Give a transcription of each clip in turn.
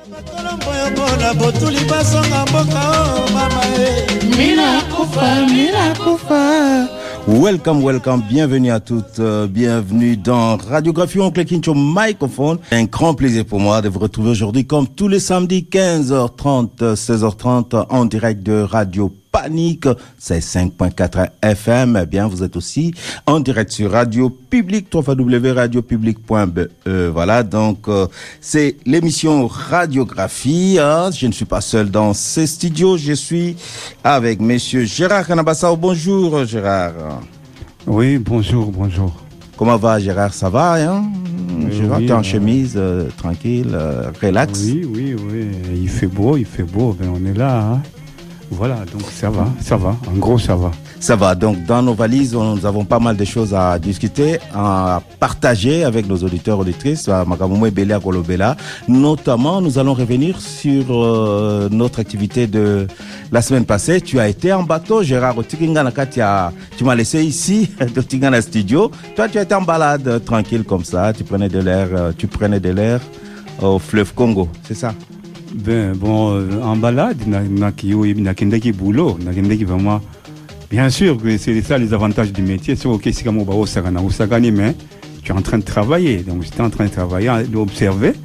Welcome, bienvenue à toutes, bienvenue dans Radiographie Oncle Kincho Microphone. Un grand plaisir pour moi de vous retrouver aujourd'hui comme tous les samedis 15h30, 16h30 en direct de Radio Panique, c'est 5.4 FM. Eh bien, vous êtes aussi en direct sur Radio Public, www.radiopublic.be. Voilà, donc c'est l'émission Radiographie. Hein. Je ne suis pas seul dans ces studios, je suis avec Monsieur Gérard Kanabassao. Bonjour Gérard. Oui, bonjour. Comment va Gérard? Ça va, hein? Gérard, t'es en chemise, tranquille, relax. Oui, il fait beau, ben on est là, hein. Voilà, donc ça va, en gros ça va. Ça va, donc dans nos valises, nous avons pas mal de choses à discuter, à partager avec nos auditeurs, auditrices, notamment nous allons revenir sur notre activité de la semaine passée. Tu as été en bateau, Gérard, tu m'as laissé ici, de Tingana Studio. Toi, tu as été en balade tranquille comme ça, tu prenais de l'air au fleuve Congo, c'est ça? Ben bon, en balade, boulot, vraiment. Bien sûr que c'est ça les avantages du métier. C'est ok, c'est comme mais tu es en train de travailler. Donc j'étais en train de travailler, d'observer.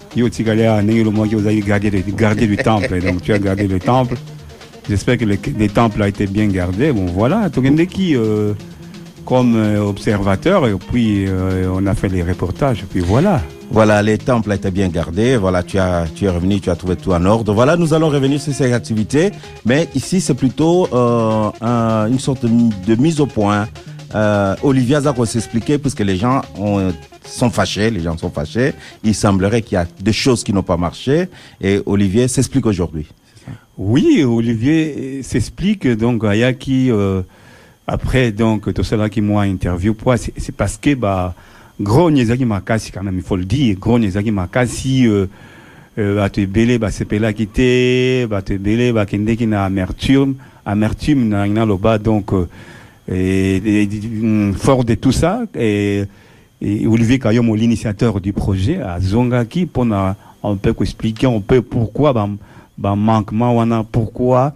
Garder du temple. Donc tu as gardé le temple. J'espère que le temple a été bien gardé. Bon voilà, comme observateur, et puis on a fait les reportages, puis voilà. Voilà, les temples étaient bien gardés. Voilà, tu es revenu, tu as trouvé tout en ordre. Voilà, nous allons revenir sur ces activités. Mais ici, c'est plutôt une sorte de mise au point. Olivier Zako s'expliquer, puisque les gens sont fâchés. Il semblerait qu'il y a des choses qui n'ont pas marché. Et Olivier s'explique aujourd'hui. Oui, Olivier s'explique. Donc, Ayaki, après, donc, tout cela qui m'a interviewé, c'est parce que, gros Nezaki Makasi, quand même, il faut le dire, gros Nezaki Makasi, te belé, c'est pela quitté, te belé, kende qui n'a amertume, n'a loba, donc, fort de tout ça, et Olivier Kayom, l'initiateur du projet, à Zongaki, on peut expliquer, pourquoi, manquement, pourquoi,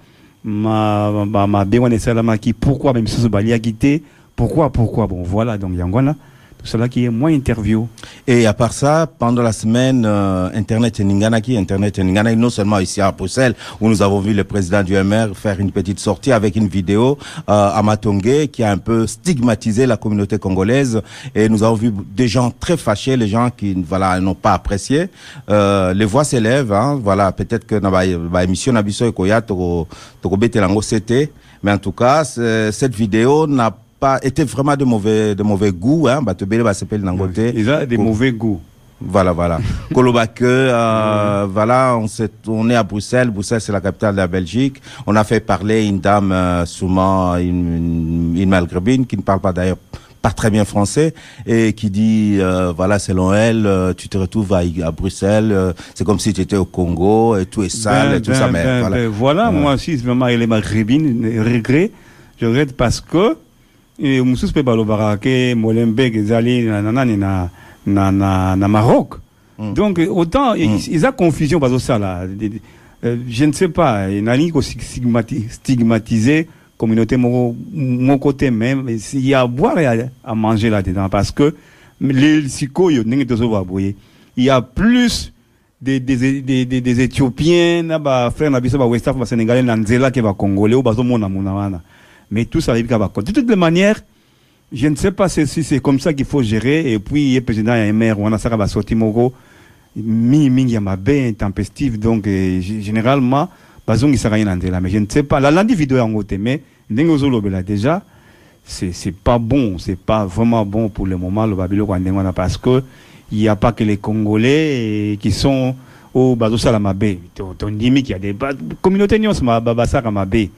ma béwane salamaki, pourquoi, même si ce balia quitté, pourquoi, bon, voilà, donc, Yangwana. Tout cela qui est moins interview. Et à part ça, pendant la semaine, Internet Ninganaki, non seulement ici à Bruxelles, où nous avons vu le président du MR faire une petite sortie avec une vidéo à Matongé qui a un peu stigmatisé la communauté congolaise. Et nous avons vu des gens très fâchés, les gens qui n'ont pas apprécié. Les voix s'élèvent, hein, voilà, peut-être que dans l'émission Nabiso et Koya, Tokobetelango c'était. Mais en tout cas, cette vidéo n'a pas été vraiment de mauvais goût, hein. Ils ont des mauvais goûts. Voilà. Kolobake, voilà, on est à Bruxelles. Bruxelles, c'est la capitale de la Belgique. On a fait parler une dame, souvent une maghrébine, qui ne parle pas d'ailleurs pas très bien français, et qui dit, voilà, selon elle, tu te retrouves à Bruxelles, c'est comme si tu étais au Congo, et tout est sale, et tout ça, mais voilà. Moi aussi, vraiment, elle est maghrébine, je regrette parce que, et Moussous pe balobarake Molenbeek ezali na Maroc. Donc autant ils a confusion parce que ça là, je ne sais pas, il n'a ni stigmatisé communauté mon côté même, il y a à boire et à manger là-dedans parce que les sikoyo il y a plus des Éthiopiens là frère na biso ba West Afrique Sénégalais na nzela ke ba Congolais ou bazo mona wana. Mais tout ça arrive de toutes les manières, je ne sais pas si c'est comme ça qu'il faut gérer. Et puis, le président Yamer, on a ça va sortir Mogo, mingi yamabe, intempestif. Donc, généralement, bazong il s'arrête là. Mais je ne sais pas. L'individu en côté, mais déjà, c'est pas bon. C'est pas vraiment bon pour le moment, le Babylone, parce que il n'y a pas que les Congolais qui sont au bazo salamabe. On dit qu'il y a des communautés nyos babasaramabe.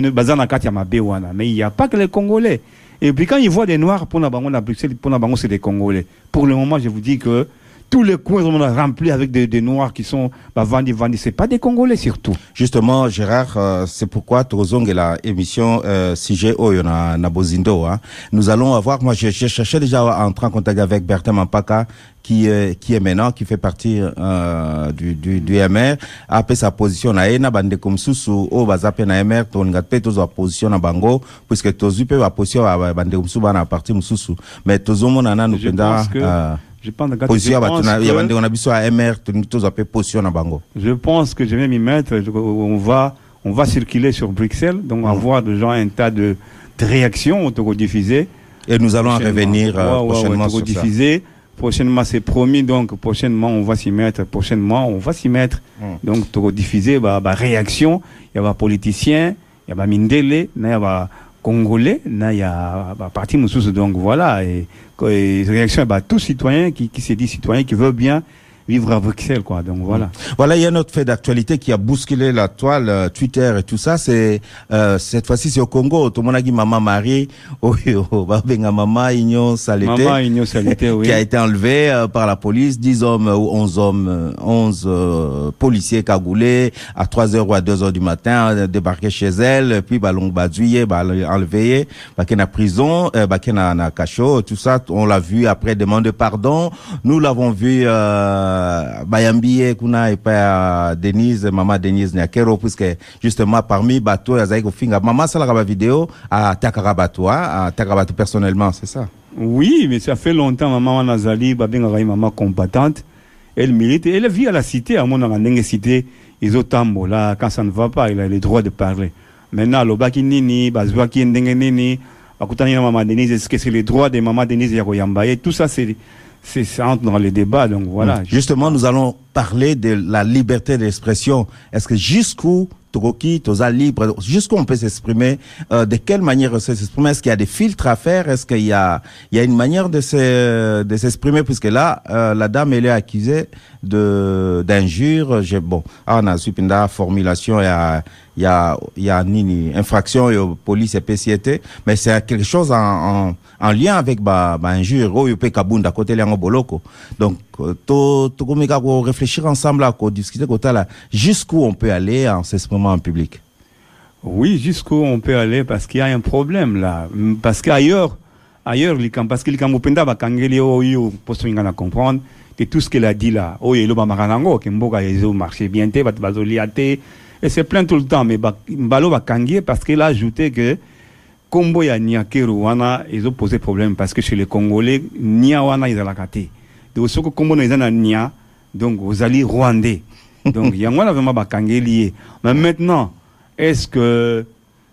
Mais il n'y a pas que les Congolais. Et puis quand ils voient des Noirs, pour la Bruxelles, c'est des Congolais. Pour le moment, je vous dis que tous les coins, on a rempli avec des Noirs qui sont vendis. C'est pas des Congolais surtout. Justement, Gérard, c'est pourquoi Tozong et la émission CG Oyo na Bozindo. Nous allons avoir, moi j'ai cherché déjà à entrer en contact avec Bertin Mampaka, qui est maintenant, qui fait partie du MR, après sa position na ena bande comme sous au bazape na MR, ton gatpe tozo position na bango, puisque tozu pe position bande comme sous na parti mususu. Mais tozo mona na nous penda je pense que je pense que je vais m'y mettre. On va circuler sur Bruxelles, donc avoir déjà un tas de réactions autodiffusées. Et nous allons en revenir prochainement sur ça. Prochainement, c'est promis, donc prochainement, on va s'y mettre. Donc, diffuser, réaction, il y a des politiciens, il y a des Mindele, il y a des Congolais, il y a des partis Moussous, donc voilà. Et réaction, tout citoyen qui se dit citoyen, qui veut bien vivre à Bruxelles, quoi. Donc voilà. Voilà, il y a un autre fait d'actualité qui a bousculé la toile, Twitter et tout ça. C'est cette fois-ci c'est au Congo. Tout le monde a dit maman Marie, maman Igno Saleté, oui. Qui a été enlevé par la police. 10 hommes ou 11 policiers cagoulés à 3h ou à 2h du matin débarqués chez elle, puis ballon badouillé, enlevé, baké na prison, baké na cachot, tout ça. On l'a vu après demander pardon. Nous l'avons vu. Bayambié kuna et pas Denise, maman Denise Nyakero, puisque justement parmi bateau Yazaïko Finga, maman ça la vidéo à Takarabato, personnellement, c'est ça? Oui, mais ça fait longtemps, maman Nazali, maman combattante, elle milite, elle vit à la cité, à mon avis, cité, ils ont tambo, là, quand ça ne va pas, il a le droit de parler. Maintenant, l'obaki nini, bazouaki ndengenini, akutani maman Denise, est-ce que c'est le droit de maman Denise Yakoyambaye, tout ça, ça entre dans les débats, donc voilà. Justement, nous allons parler de la liberté d'expression. Est-ce que jusqu'où Togoki, Toza libre, jusqu'où on peut s'exprimer, de quelle manière on peut s'exprimer? Est-ce qu'il y a des filtres à faire? Est-ce qu'il y a une manière de s'exprimer? Puisque là, la dame, elle est accusée d'injure. On a suivi une formulation, il y a nini, infraction et police et PCT, mais c'est quelque chose en lien avec injure, ou peut kabunda côté l'ango boloko. Donc, réfléchir ensemble à discuter jusqu'où on peut aller en s'exprimant en public. Oui, jusqu'où on peut aller parce qu'il y a un problème là. Parce qu'ailleurs, parce que les Kamopenda va kangeli oyo posto ngana comprendre que tout ce qu'elle a dit là, oyo ba maranango que mboka yezo marché bien te bazoliate et c'est plein tout le temps mais mbalo va kangier parce qu'elle a ajouté que Kombo ya Nyakero wana ils ont posé problème parce que chez les Congolais nia wana ils la kate. Donc ce que Kombo na izana nia donc aux alliés rwandais. Donc yango na vraiment ba kangeli. Mais maintenant est-ce que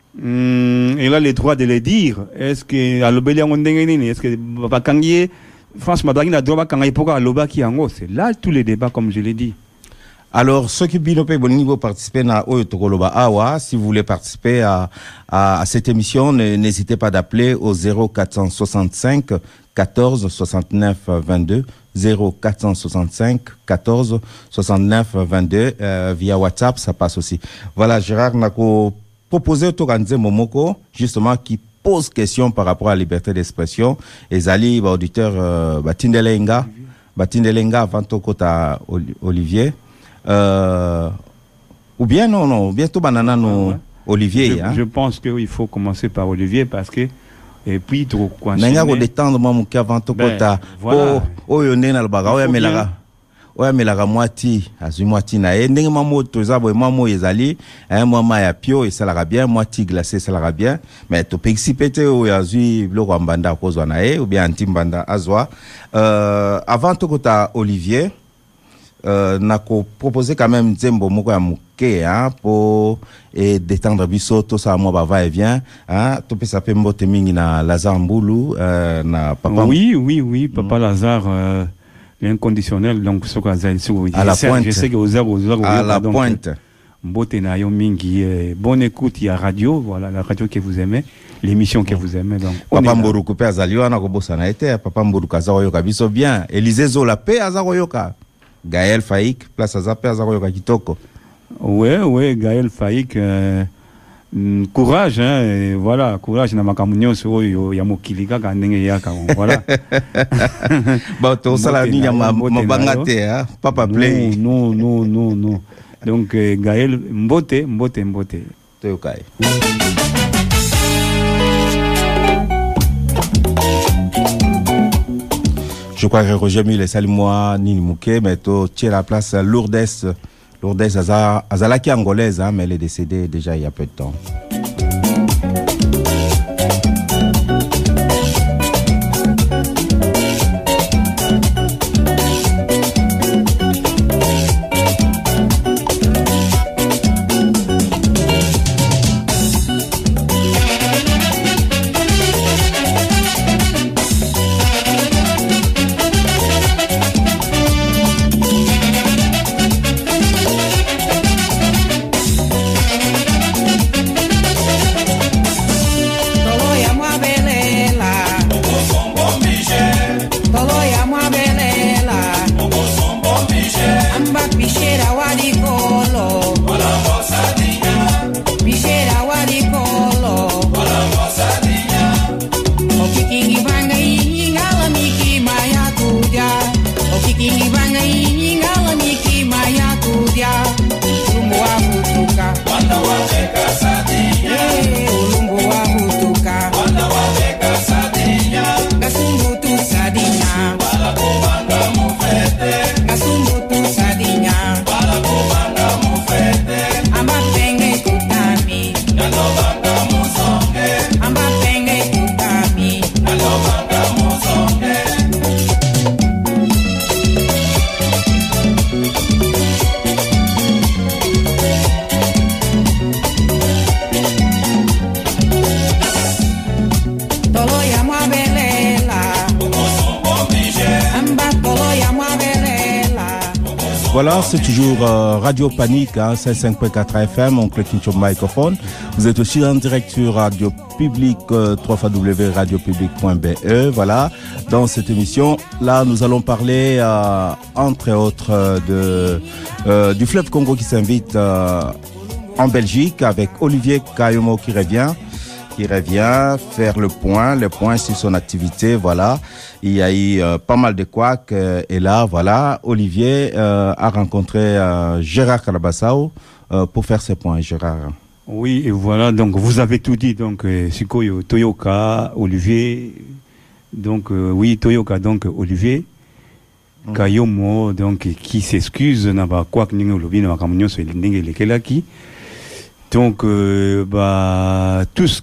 il a le droit de le dire? Est-ce que alobeli yango ndengeni? Est-ce que ba kangier franchement dans la droit kangier pourquoi alobaki yango? C'est là tous les débats comme je l'ai dit. Alors, ceux qui binope bon niveau participer à Oyo Tokoloba Awa, si vous voulez participer à cette émission, n'hésitez pas d'appeler au 0465 14 69 22 0465 14 69 22 via WhatsApp, ça passe aussi. Voilà, Gérard Nako proposé au Toganze Momoko, justement, qui pose question par rapport à la liberté d'expression. Et Zali, auditeur, Batindelenga, avant Tokota Olivier. Ou bien non, bientôt banana no Olivier. Je pense qu'il faut commencer par Olivier parce que et puis trop coincé. Nenga ko détendre moi mon avant to kota. Oh yone na baga oya melaga mwati azui mwati na ndenge mamo toza boy mamo ezali mama ya pio et ça la bien mwati glacé ça la bien mais to pexipete oya azui bloko mbanda kozwa na ou bien antimbanda azwa avant to kota Olivier nako proposer quand même nzembo moko ya muke pour détendre biso tout ça moi va et vient to pesa pe mbote mingi na Lazare Mbulu na papa. Oui papa Lazare l'inconditionnel donc ce que à la pointe. Je sais que aux à la pointe mbote na yo mingi bonne écoute il y a radio, voilà la radio que vous aimez, l'émission que vous aimez donc papa Mburu coupé azaliwa na kobosa na été papa Mburu kazaro yoka biso bien Élisée Zola pe azaro yoka Gaël Faïk, place à Zapé, à Kitoko. Ouais, Gaël Faïk, courage, hein, et voilà, courage na makamunyo so yo ya mokilika ka ndenge yaka voilà. Bon, tout ça là ni ya mabangate hein, papa play. Non. Donc Gaël mbote. Toyokai. Je crois que Roger Mille et moi Nini Mouké, mais tu tiens la place Lourdes Azalaki angolaise, hein, mais elle est décédée déjà il y a peu de temps. Voilà, c'est toujours Radio Panique, hein, 5.4 FM, Oncle Kincho Microphone. Vous êtes aussi en direct sur Radio Public, www.radiopublic.be. Voilà, dans cette émission, là, nous allons parler, entre autres, du fleuve Congo qui s'invite en Belgique avec Olivier Kayomo qui revient faire le point sur son activité, voilà. Il y a eu pas mal de couacs et là, voilà, Olivier a rencontré Gérard Kalabassao pour faire ce point, Gérard. Oui, et voilà, donc vous avez tout dit, donc Sikoyo, Toyoka, Olivier, donc oui, Toyoka, donc Olivier, Kayomo, donc qui s'excuse, n'a pas quoi que nous l'obéissons, n'a pas comme nous c'est les donc tout ce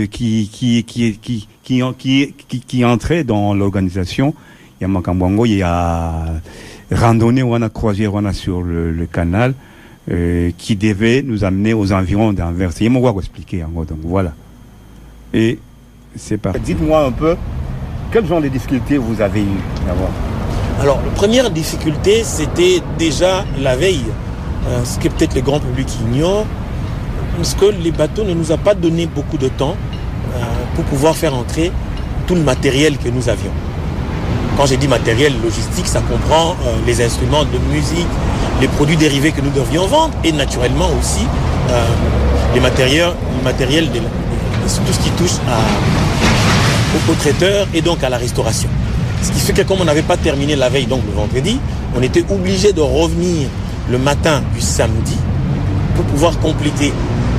qui entrait dans l'organisation, il y a Makambongo, il y a randonnée ou a croisière on a sur le canal qui devait nous amener aux environs d'Anvers. Il m'a expliquer en gros, donc voilà. Et c'est parti. Dites-moi un peu quelles genre de difficultés vous avez eu d'abord. Alors, la première difficulté, c'était déjà la veille, ce que peut-être le grand public ignore. Parce que les bateaux ne nous a pas donné beaucoup de temps pour pouvoir faire entrer tout le matériel que nous avions. Quand j'ai dit matériel logistique, ça comprend les instruments de musique, les produits dérivés que nous devions vendre et naturellement aussi le matériel de tout ce qui touche aux traiteurs et donc à la restauration. Ce qui fait que comme on n'avait pas terminé la veille, donc le vendredi, on était obligé de revenir le matin du samedi pour pouvoir compléter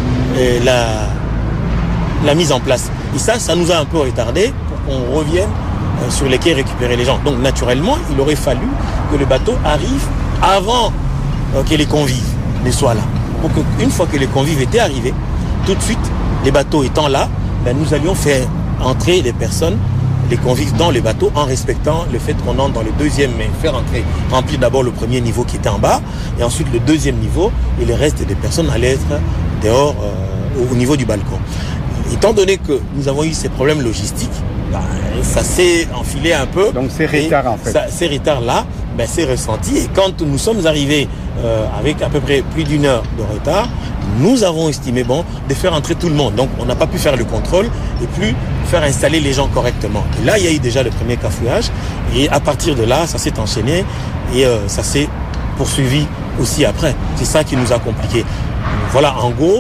la mise en place. Et ça nous a un peu retardé pour qu'on revienne sur les quais récupérer les gens. Donc naturellement, il aurait fallu que le bateau arrive avant que les convives ne soient là. Pour qu'une fois que les convives étaient arrivés, tout de suite, les bateaux étant là, nous allions faire entrer les personnes, les convives dans les bateaux en respectant le fait qu'on entre dans le deuxième, mais faire entrer, remplir d'abord le premier niveau qui était en bas, et ensuite le deuxième niveau, et le reste des personnes allaient être dehors au niveau du balcon. Étant donné que nous avons eu ces problèmes logistiques, ça s'est enfilé un peu. Donc c'est retard en fait. Ces retards-là, c'est ressenti. Et quand nous sommes arrivés avec à peu près plus d'une heure de retard, nous avons estimé bon de faire entrer tout le monde. Donc on n'a pas pu faire le contrôle et plus faire installer les gens correctement. Et là, il y a eu déjà le premier cafouillage. Et à partir de là, ça s'est enchaîné et ça s'est poursuivi aussi après. C'est ça qui nous a compliqué. Voilà, en gros,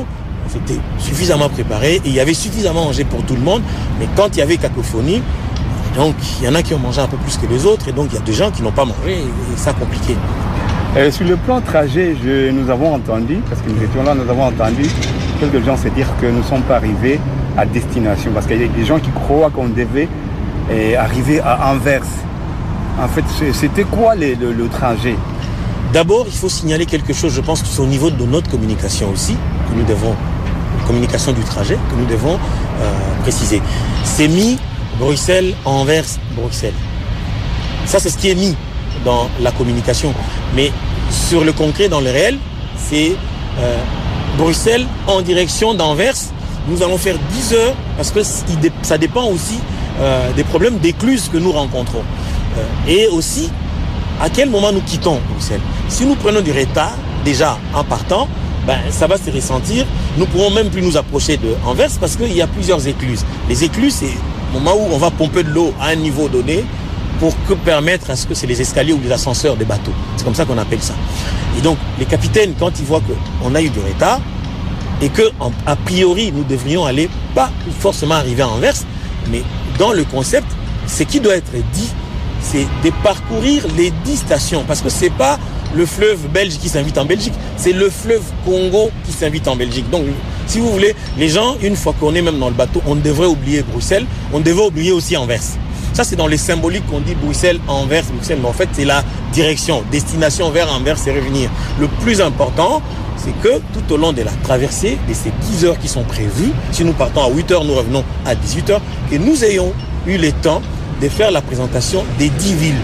c'était suffisamment préparé et il y avait suffisamment mangé pour tout le monde. Mais quand il y avait cacophonie, donc il y en a qui ont mangé un peu plus que les autres et donc il y a des gens qui n'ont pas mangé et ça compliqué. Sur le plan trajet, nous avons entendu, parce que nous étions là, nous avons entendu quelques gens se dire que nous ne sommes pas arrivés à destination. Parce qu'il y a des gens qui croient qu'on devait arriver à Anvers. En fait, c'était quoi le trajet? D'abord, il faut signaler quelque chose, je pense que c'est au niveau de notre communication aussi, que nous devons, communication du trajet, que nous devons préciser. C'est mis Bruxelles, Anvers, Bruxelles. Ça, c'est ce qui est mis dans la communication. Mais sur le concret, dans le réel, c'est Bruxelles en direction d'Anvers. Nous allons faire 10 heures parce que ça dépend aussi des problèmes d'écluses que nous rencontrons. Et aussi, à quel moment nous quittons Bruxelles. Si nous prenons du retard, déjà en partant, ça va se ressentir. Nous ne pourrons même plus nous approcher de Anvers parce qu'il y a plusieurs écluses. Les écluses, c'est le moment où on va pomper de l'eau à un niveau donné pour que permettre à ce que c'est les escaliers ou les ascenseurs des bateaux. C'est comme ça qu'on appelle ça. Et donc, les capitaines, quand ils voient qu'on a eu du retard et que, a priori, nous devrions aller, pas forcément arriver à Anvers, mais dans le concept, ce qui doit être dit, c'est de parcourir les 10 stations. Parce que c'est pas le fleuve belge qui s'invite en Belgique, c'est le fleuve Congo qui s'invite en Belgique. Donc, si vous voulez, les gens, une fois qu'on est même dans le bateau, on devrait oublier Bruxelles, on devrait oublier aussi Anvers. Ça, c'est dans les symboliques qu'on dit Bruxelles, Anvers, Bruxelles. Mais en fait, c'est la direction, destination vers Anvers, c'est revenir. Le plus important, c'est que tout au long de la traversée, de ces 10 heures qui sont prévues, si nous partons à 8 heures, nous revenons à 18 heures, que nous ayons eu le temps de faire la présentation des 10 villes.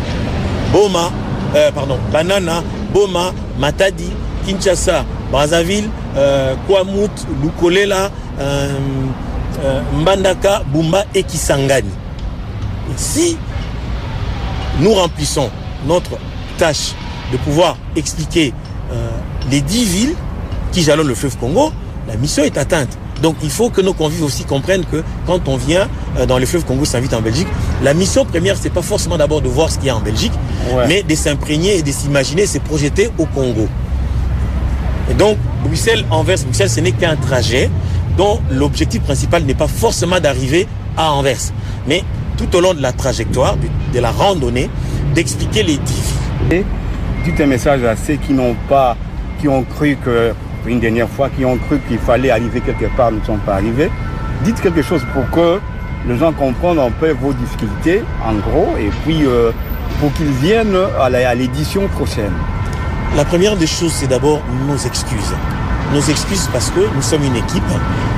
Banana, Boma, Matadi, Kinshasa, Brazzaville, Kwamut, Lukolela, Mbandaka, Bumba et Kisangani. Et si nous remplissons notre tâche de pouvoir expliquer les 10 villes qui jalonnent le fleuve Congo, la mission est atteinte. Donc il faut que nos convives aussi comprennent que quand on vient dans le fleuve Congo s'invite en Belgique, la mission première, c'est pas forcément d'abord de voir ce qu'il y a en Belgique, mais de s'imprégner et de s'imaginer, se projeter au Congo. Et donc Bruxelles, Anvers, Bruxelles, ce n'est qu'un trajet dont l'objectif principal n'est pas forcément d'arriver à Anvers, mais tout au long de la trajectoire, de la randonnée, d'expliquer les 10 villes. Et dites un message à ceux qui ont cru que, une dernière fois, qui ont cru qu'il fallait arriver quelque part, nous ne sommes pas arrivés. Dites quelque chose pour que les gens comprennent un peu vos difficultés, en gros, et puis pour qu'ils viennent à l'édition prochaine. La première des choses, c'est d'abord nos excuses. Nos excuses parce que nous sommes une équipe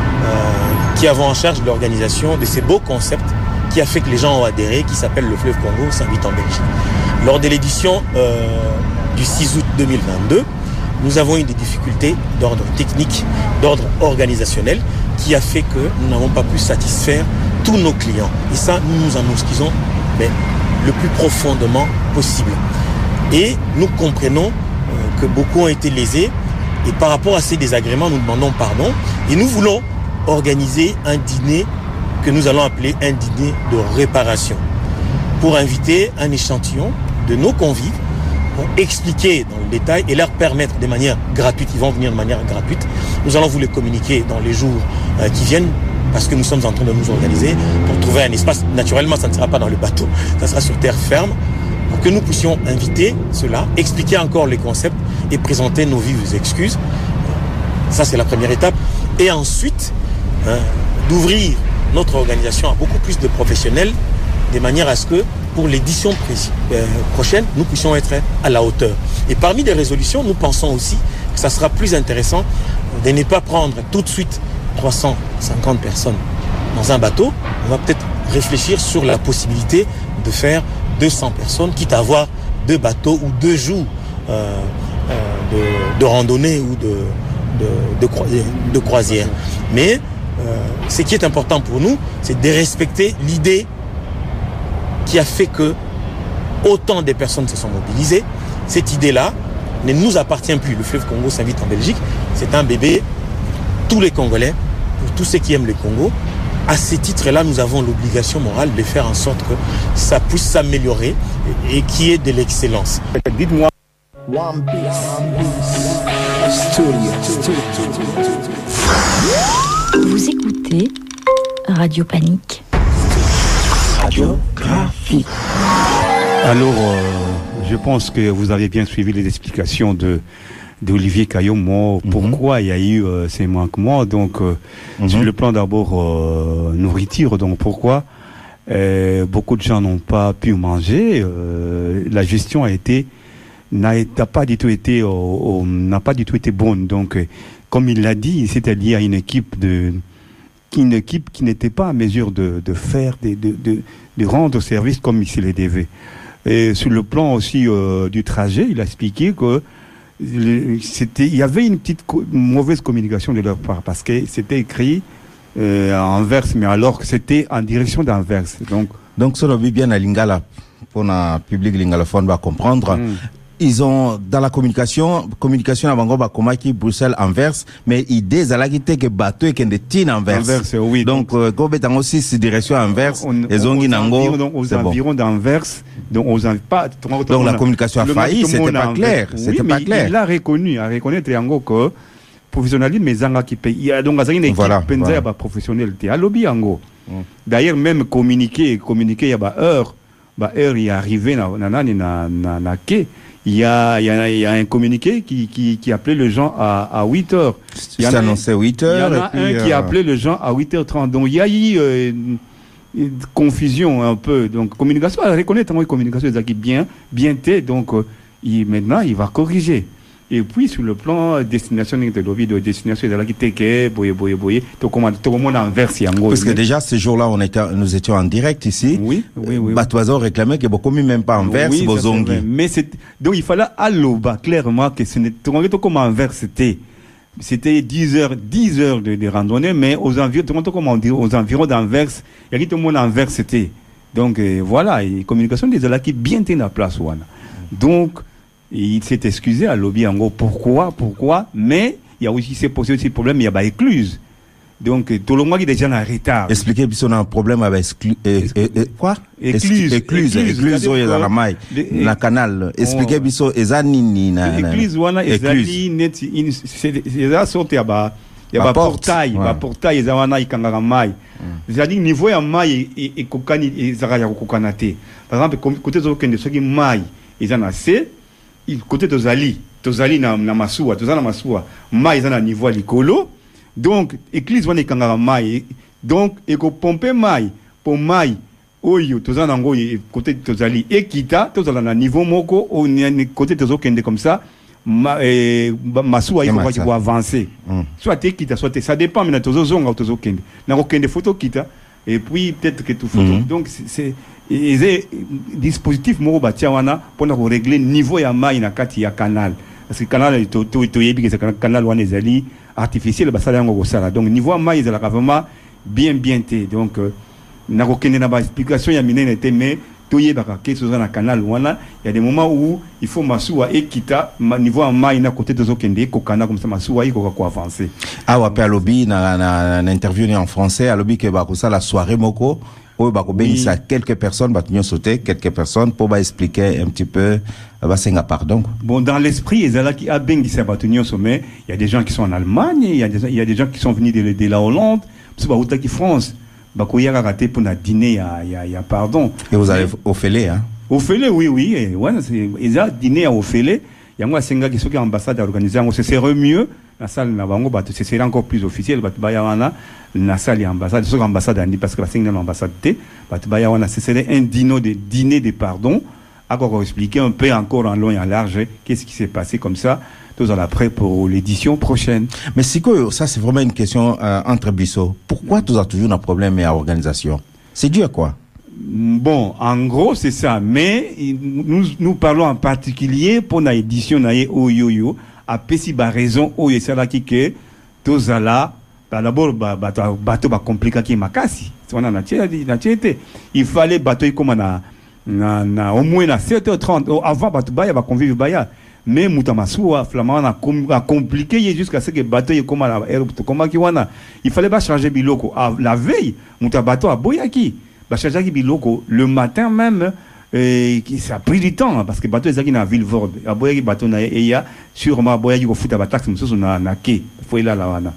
qui avons en charge de l'organisation de ces beaux concepts qui a fait que les gens ont adhéré, qui s'appelle le fleuve Congo s'invite en Belgique. Lors de l'édition du 6 août 2022, nous avons eu des difficultés d'ordre technique, d'ordre organisationnel, qui a fait que nous n'avons pas pu satisfaire tous nos clients. Et ça, nous nous en excusons le plus profondément possible. Et nous comprenons que beaucoup ont été lésés. Et par rapport à ces désagréments, nous demandons pardon. Et nous voulons organiser un dîner que nous allons appeler un dîner de réparation, pour inviter un échantillon de nos convives, pour expliquer dans le détail et leur permettre de manière gratuite, ils vont venir de manière gratuite, nous allons vous les communiquer dans les jours qui viennent, parce que nous sommes en train de nous organiser pour trouver un espace. Naturellement, ça ne sera pas dans le bateau, ça sera sur terre ferme, pour que nous puissions inviter cela, expliquer encore les concepts et présenter nos vives excuses. Ça, c'est la première étape. Et ensuite, d'ouvrir notre organisation à beaucoup plus de professionnels, de manière à ce que pour l'édition prochaine, nous puissions être à la hauteur. Et parmi les résolutions, nous pensons aussi que ça sera plus intéressant de ne pas prendre tout de suite 350 personnes dans un bateau. On va peut-être réfléchir sur la possibilité de faire 200 personnes, quitte à avoir 2 bateaux ou 2 jours de randonnée ou de croisière. Mais ce qui est important pour nous, c'est de respecter l'idée qui a fait que autant de personnes se sont mobilisées. Cette idée-là ne nous appartient plus. Le fleuve Congo s'invite en Belgique. C'est un bébé pour tous les Congolais, pour tous ceux qui aiment le Congo. À ce titre-là, nous avons l'obligation morale de faire en sorte que ça puisse s'améliorer et qu'il y ait de l'excellence. Dites-moi. One Piece Studio. Vous écoutez Radio Panique. Radiographie. Alors, je pense que vous avez bien suivi les explications d'Olivier Caillot, pourquoi il y a eu ces manquements. Donc, sur le plan d'abord nourriture, donc pourquoi beaucoup de gens n'ont pas pu manger. La gestion n'a pas du tout été bonne. Donc, comme il l'a dit, c'est-à-dire une équipe qui n'était pas en mesure de faire, de rendre service comme il se le devait. Et sur le plan aussi du trajet, il a expliqué que il y avait une petite mauvaise communication de leur part, parce que c'était écrit en verse, mais alors que c'était en direction d'Anvers. Donc ça doit bien à Lingala, pour le public lingalophone va comprendre. Ils ont, dans la communication avant Komaki, Bruxelles, Anvers, mais idée, à la que bateau et que des tines Anvers. Oui. Donc, Gobet en aussi, c'est direction Anvers, et aux environs d'Anvers, donc la communication a failli, c'était pas clair. C'était pas clair. Il a reconnu Triango que, professionnalisme, mais Zanga qui paye. Il y a donc une équipe, voilà. Professionnalité. À lobby, Ango. D'ailleurs, même communiquer, il y a heure, il est arrivé, il y a un communiqué qui appelait les gens à 8 heures. Il y en a annoncé 8 heures. Il y en a un qui appelait les gens à 8h30. Donc, il y a eu une confusion un peu. Donc, communication, elle reconnaît une communication qui bien fait. Donc, maintenant, il va corriger. Et puis, sur le plan destination de lobby, de destination de la Kiteke, boye, tout le monde en verse. Parce que déjà, ce jour-là, nous étions en direct ici. Oui. Batoiso réclamait que beaucoup même pas en verse, Bozongi. Mais donc, il fallait allo, clairement, que ce n'était pas comme en verse, c'était 10 heures de randonnée, mais aux environs d'Anvers, il y a tout le monde en verse, donc, voilà, et communication des alaki bien tenu à place, donc, il s'est excusé à lobby en gros pourquoi, mais il y a aussi posé aussi problème, il y a écluse. Donc tout le monde est déjà en retard. Expliquez si on a un problème avec quoi? Écluse dans la maille, la canal. Expliquez biso ezanini na. Écluse wana ezali net c'est ça sorti aba il y a portail ezana ikangara maille. C'est-à-dire niveau ya maille et kokani ezara ya kokanate. Par exemple côté zokende soki maille ezana C côté tozali na masuwa mai eza na niveau likolo, donc église wana ekangaka mai, donc eko pomper mai pour mai oyo tozana nango côté tozali ekita tozala na niveau moko au côté tozokende comme ça masuwa il faut avancer soit ekita soit ça dépend mais tozozonga tozokende na kokende photo kita et puis peut-être que tout photo donc c'est et dispositif moko batia wana pour régler niveau ya mai na kati ya canal, parce que canal to yebi que c'est canal wana ezali artificiel basala yango kosala, donc niveau ya mai ezala vraiment bien té, donc na kokende na ba explication ya minene te, mais to yebaka ke soza na canal wana il y a des moments où il faut masuwa ekita niveau ya mai na côté tozokende ko kana comme ça masuwa iko ko avancer. Ah wa pe lobby na interview en français, lobby ke ba ko la soirée moko. Oui. Quelques personnes pour expliquer un petit peu pardon. Bon, dans l'esprit, il y a des gens qui sont en Allemagne, il y a des gens qui sont venus de la Hollande, qui France. Il y a raté pour dîner, il y a pardon. Et vous avez Ophélie, hein? Ophélie, oui. Ils ont dîné à Ophélie. Il y a un senga qui sont ambassade organisée, ce serait mieux. La salle na bango ce serait encore plus officiel la salle ambassade sur ambassade parce que la signe l'ambassade ce serait un dîner de pardon encore expliquer un peu encore en long et en large qu'est-ce qui s'est passé comme ça tous à l'après pour l'édition prochaine. Mais ça c'est vraiment une question entre Bissot. Pourquoi tous a toujours un problème à organisation? C'est dû à quoi? Bon, en gros, c'est ça. Mais nous parlons en particulier pour l'édition Oyoyo. A pesi ba raison oyo sala ki ke tozala d'abord bateau ba compliqué qui makasi on a été il fallait bateau comme na au moins à 7h30 avant bateau ba convive baya mais mutamasuwa flamand a compliqué jusqu'à ce que bateau comme qui wana il fallait pas changer biloko la veille mutabato a boyaki ba changer biloko le matin même. Ça a pris du temps parce que bateau ezaki na Villevorde aboyaki bateau na eya sûrement aboyaki ko futa ba taxi mususu na ke foi là wana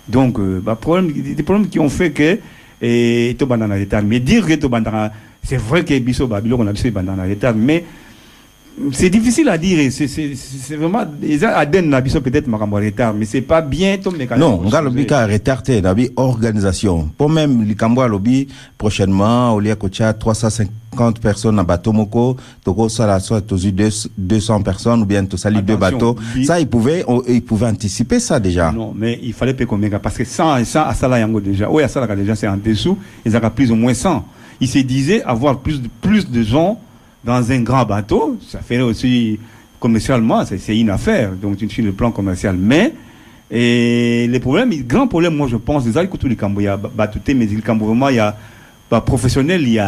Donc, des problèmes qui ont fait que et tout bandana l'état. Mais dire que tout bandana, c'est vrai que biso babilo on a biso bandana l'état, mais c'est difficile à dire. C'est vraiment déjà Aden na biso peut-être makambo retard, mais c'est pas bien tout mécanisme. Non, on a lobby ka retardé na bi organisation. Pour même likambo lobby prochainement au lieu que 350 personnes à bateau moko, toko sala soit 200 personnes ou bien to sali deux bateaux. Ça ils pouvaient anticiper ça déjà. Non, mais il fallait pas combien parce que 100 à sala yango déjà. Oui, à sala déjà c'est en dessous, ils ont plus ou moins 100. Ils se disaient avoir plus de gens dans un grand bateau, ça fait aussi commercialement, c'est une affaire, donc sur le plan commercial. Mais le grand problème, moi je pense, c'est que tous les Cambodgiens batoutés, mais le Cambodge vraiment il y a pas professionnel, il y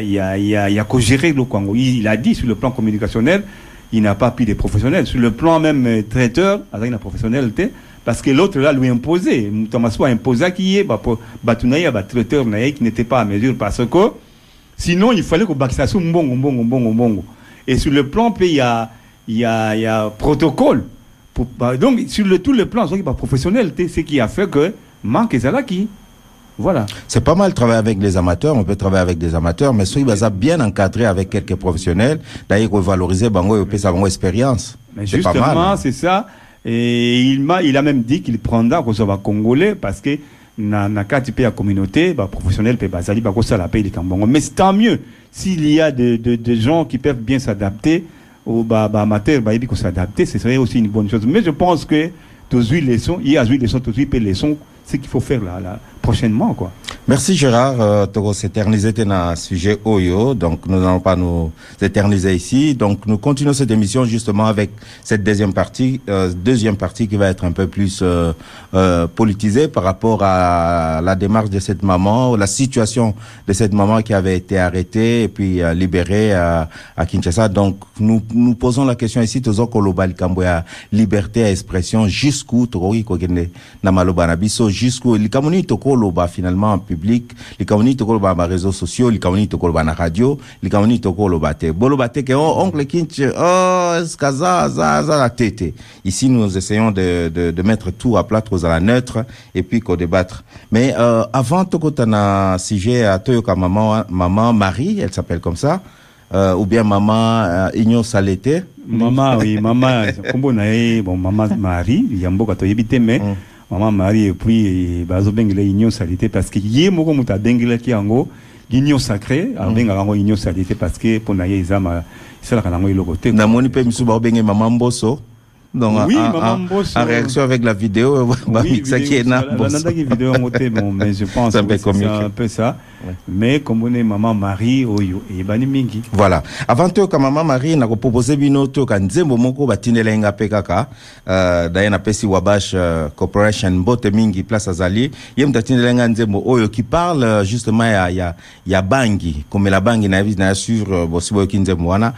a qu'à gérer le Congo. Il a dit sur le plan communicationnel, il n'a pas pris des professionnels. Sur le plan même traiteur, avec la professionnalité, parce que l'autre là lui imposait, Thomas soit imposé qui est batounaïa traiteur qui n'était pas à mesure parce que sinon, il fallait qu'on bâtisse ça mbongo. Et sur le plan, il y a protocole. Donc, sur tout le plan, c'est pas professionnel, c'est ce qui a fait que manque ça qui. Voilà. C'est pas mal de travailler avec les amateurs, on peut travailler avec des amateurs, mais soit il va bien encadré avec quelques professionnels, d'ailleurs, on va valoriser bango et sa expérience. Mais justement, c'est ça. Et il a même dit qu'il prendra qu'on soit congolais parce que na kati pe la communauté professionnel pe bazali ba ko sala pe likambongo, mais c'est tant mieux s'il y a de gens qui peuvent bien s'adapter au amateur ba ko s'adapter, ce serait aussi une bonne chose. Mais je pense que tous les leçons, il y a les leçons, tous les leçons, c'est qu'il faut faire là prochainement quoi. Merci Gérard, Togo s'éterniser dans sujet Oyo, donc nous n'allons pas nous éterniser ici, donc nous continuons cette émission justement avec cette deuxième partie qui va être un peu plus politisée par rapport à la démarche de cette maman, la situation de cette maman qui avait été arrêtée et puis libérée à Kinshasa. Donc nous posons la question ici, Tozo Kolobal Kamboya, liberté à expression jusqu'où Toroki Kogene Namaloba Nabiso, jusqu'où Likamoni Tokoloba finalement en public, Likamoni Tokoloba na réseaux sociaux, Likamoni Tokoloba na radio, Likamoni Tokoloba te. Bolobate que oncle Kinch, skaza la tête. Ici nous essayons de mettre tout à plat, à la neutre et puis qu'on débattre. Mais avant Tokotana sujet à Toyoka maman Marie, elle s'appelle comme ça. Ou bien maman Igno Salete. Maman oui, maman kombo na maman Marie, yamboka to yebite mais maman Marie et puis bazo bengele Igno Salete parce que yé moko muta bengele ki yango l'union sacrée, avec un union sacrée parce que pour naïe izama c'est la kanango iloko te. Na moni pe misu ba bengele maman Mbosso. Donc, oui, en réaction avec la vidéo, oui, mais je pense que c'est un peu ça. Ouais. Mais comme on est maman Marie, et bani mingi. Voilà. Avant tout, quand maman Marie n'a proposé bino to kan nzembo moko batinela nga pekaka, d'ailleurs na pesi wabash corporation bote mingi place azali, yem tatinela nga nzembo oyo qui parle justement ya bangi, comme la bangi na sur bosibo kinzembo wana.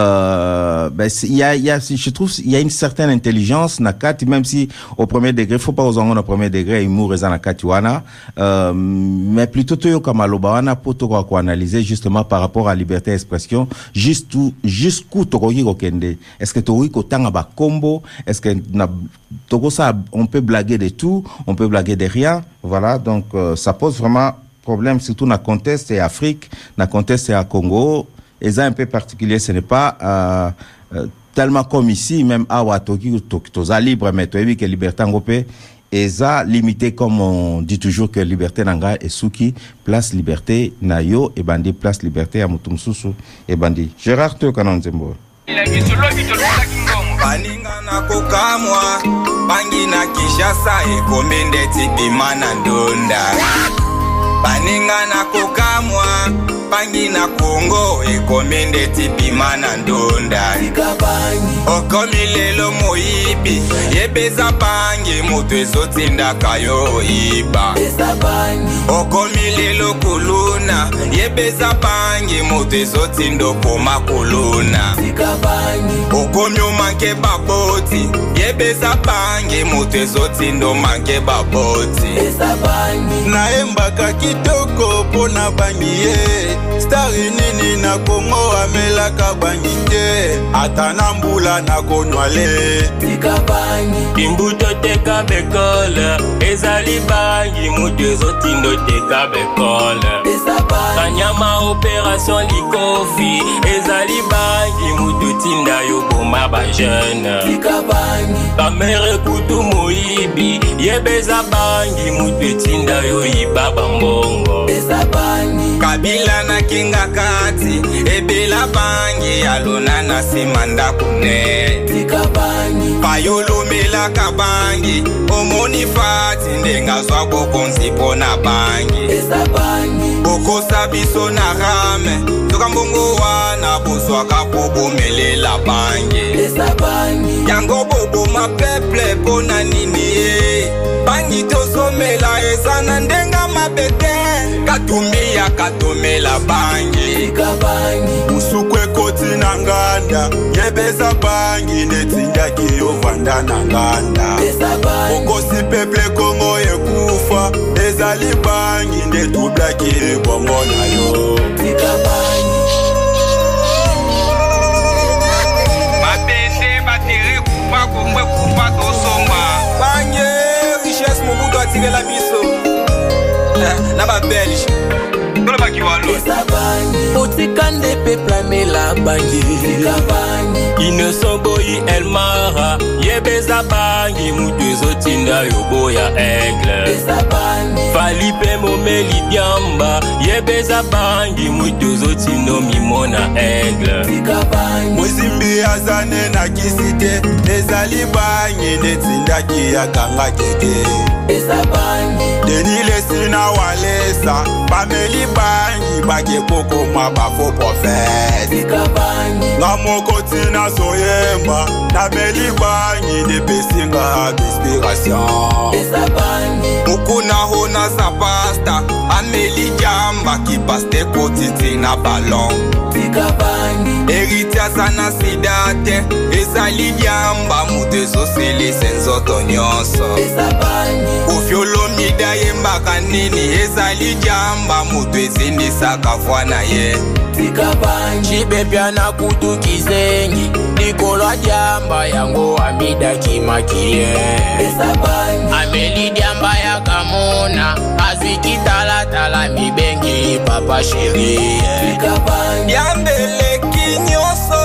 Je trouve il y a une certaine intelligence nakati, même si au premier degré, faut pas aux angles au premier degré, il mourrait en nakati wana, mais plutôt to comme alobawana pour to quoi analyser justement par rapport à liberté d'expression, jusqu'où toroki kokende. Est-ce que toroki kotanga ba combo? Est-ce que toko ça on peut blaguer de tout, on peut blaguer de rien, voilà, donc ça pose vraiment problème surtout dans le contexte et Afrique, dans le contexte et à Congo, et ça un peu particulier, ce n'est pas tellement comme ici, même à Watoki, toza libre, mais toi, que liberté en Europé, et ça limité comme on dit toujours que liberté nanga et souki, place liberté nayo, et bandi place liberté à Mutumsusu, et bandi. Gérard Teo Kanonzembo. Baninga na kokamwa, bangi na Kishasa, e komende tipimana ndonda. Baninga na kokamwa, bangi na Kongo ekomende tipimana ndonda okomilelo moyibi yebeza bangi mutu ezotinda kayo iba okomilelo kuluna yebeza bangi mutu ezotindo koma kuluna okomi umanke baboti yebeza bangi mutu mutu ezotindo mange baboti naembaka kitoko pona bangi ye stari nini na Kongo amelaka bangi te ata na mbula na konwale imbuto teka bekole ezali bangi mutu ezotindo teka bekole kanyama opération likofi ezali bangi mutu tinda yo boma ba jeune kamere kutu moibi yebeza bangi mutu tinda yo iba bambongo kabila na kinga kati ebela bangi alona na simanda kune payolo melaka bangi omoni fati ndenga zwa bokonzi pona bangi bokosa biso na rame toka mbongo wana bozwaka po bomelela bangi yango boboma peple pona nini ye bangi tozomela eza na ndenga mabete katumbi ya katomela bangi usuku ekoti na nganda yebeza bangi netindaki yovanda na nganda okosi peple Kongo ekufa ezali bangi ndetublaki bongo na yo batende batire kupa komwe kupa tosomba bangi richesse mobutu atirela biso na ba belge tolo bakiwalo otikande pepla mela bangi inesoboyi elmara yebeza bangi mutu ezotinda yoboya aigle falipe momeli byamba yebeza bangi mutu ezotindo mimona aigle mozimbi azane na kisite ezali bangi netindaki yakanga keke denilesi na walesa bameli bangi bakekokoma bafo profete nga moko tina zoyemba nameli bangi nepesinga inspiration mukuna hona za pasta ameli jamba kipaste kotiti na balon eriti azana sidate ezali jamba mutu ezosilisa nzoto nyonso ufiolo mida yembaka nini ezali jamba mutu ezindisaka vwa na ye chibepya na kutu kizengi likolo jamba yango amida kimakie ameli jamba ya kamona azwiki talatala mibengi papa sheri yambeleki nyonso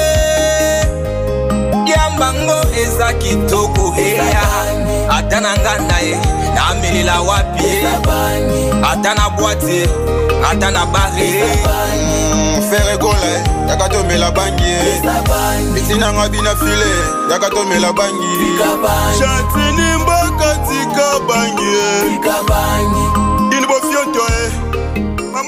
yambango eza kitoko heya ata na nganda ye namelela wapi ata na bwate ata na bare fere gole yakatomela bangi bitinanga bina file yakatomela bangi chantini mboka tika bangi inbofionto mama.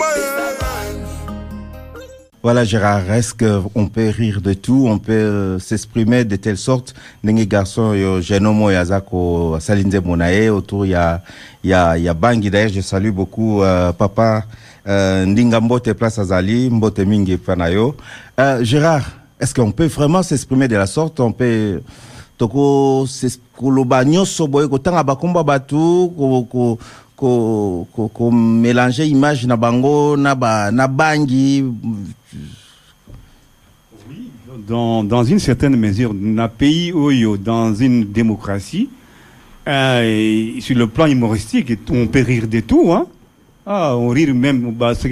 Voilà Gérard, est-ce qu'on peut rire de tout, on peut s'exprimer de telle sorte, nengi garçon yo Genomo Yazako Salinze Monae, autour il y a Bangi d'ailleurs, je salue beaucoup papa Ndinga Mbote Place Azali, Mbote Mingi Panayo. Gérard, est-ce qu'on peut vraiment s'exprimer de la sorte, on peut toko kolobanyo soboy ko tanga bakomba batu ko mélanger image na bango na bangi. Oui, dans une certaine mesure, na pays oyo dans une démocratie, sur le plan humoristique, on peut rire de tout, hein. Ah, on rit même